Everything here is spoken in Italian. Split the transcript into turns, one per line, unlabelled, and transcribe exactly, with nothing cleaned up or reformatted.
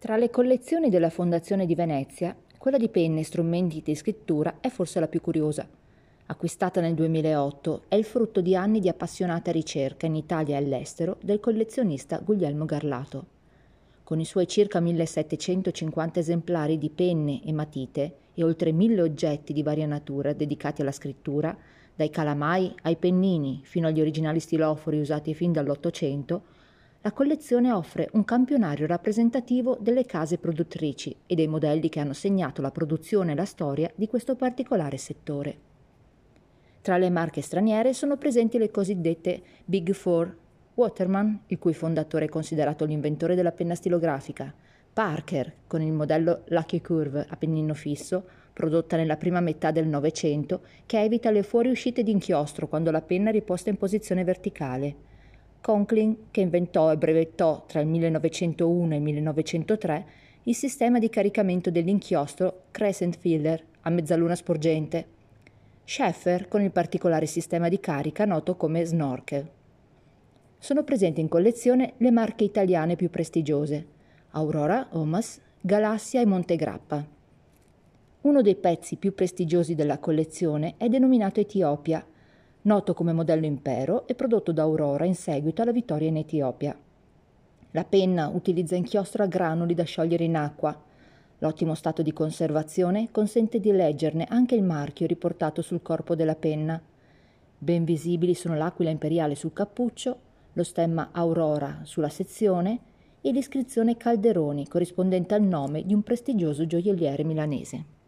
Tra le collezioni della Fondazione di Venezia, quella di penne e strumenti di scrittura è forse la più curiosa. Acquistata nel duemilaotto, è il frutto di anni di appassionata ricerca in Italia e all'estero del collezionista Guglielmo Garlato. Con i suoi circa millesettecentocinquanta esemplari di penne e matite e oltre mille oggetti di varia natura dedicati alla scrittura, dai calamai ai pennini fino agli originali stilofori usati fin dall'Ottocento, la collezione offre un campionario rappresentativo delle case produttrici e dei modelli che hanno segnato la produzione e la storia di questo particolare settore. Tra le marche straniere sono presenti le cosiddette Big Four: Waterman, il cui fondatore è considerato l'inventore della penna stilografica; Parker, con il modello Lucky Curve a pennino fisso, prodotta nella prima metà del Novecento, che evita le fuoriuscite d'inchiostro quando la penna è riposta in posizione verticale; Conklin, che inventò e brevettò tra il millenovecentouno e il millenovecentotre il sistema di caricamento dell'inchiostro Crescent Filler a mezzaluna sporgente; Schaeffer, con il particolare sistema di carica noto come Snorkel. Sono presenti in collezione le marche italiane più prestigiose: Aurora, Omas, Galassia e Montegrappa. Uno dei pezzi più prestigiosi della collezione è denominato Etiopia, noto come modello Impero e prodotto da Aurora in seguito alla vittoria in Etiopia. La penna utilizza inchiostro a granuli da sciogliere in acqua. L'ottimo stato di conservazione consente di leggerne anche il marchio riportato sul corpo della penna. Ben visibili sono l'aquila imperiale sul cappuccio, lo stemma Aurora sulla sezione e l'iscrizione Calderoni, corrispondente al nome di un prestigioso gioielliere milanese.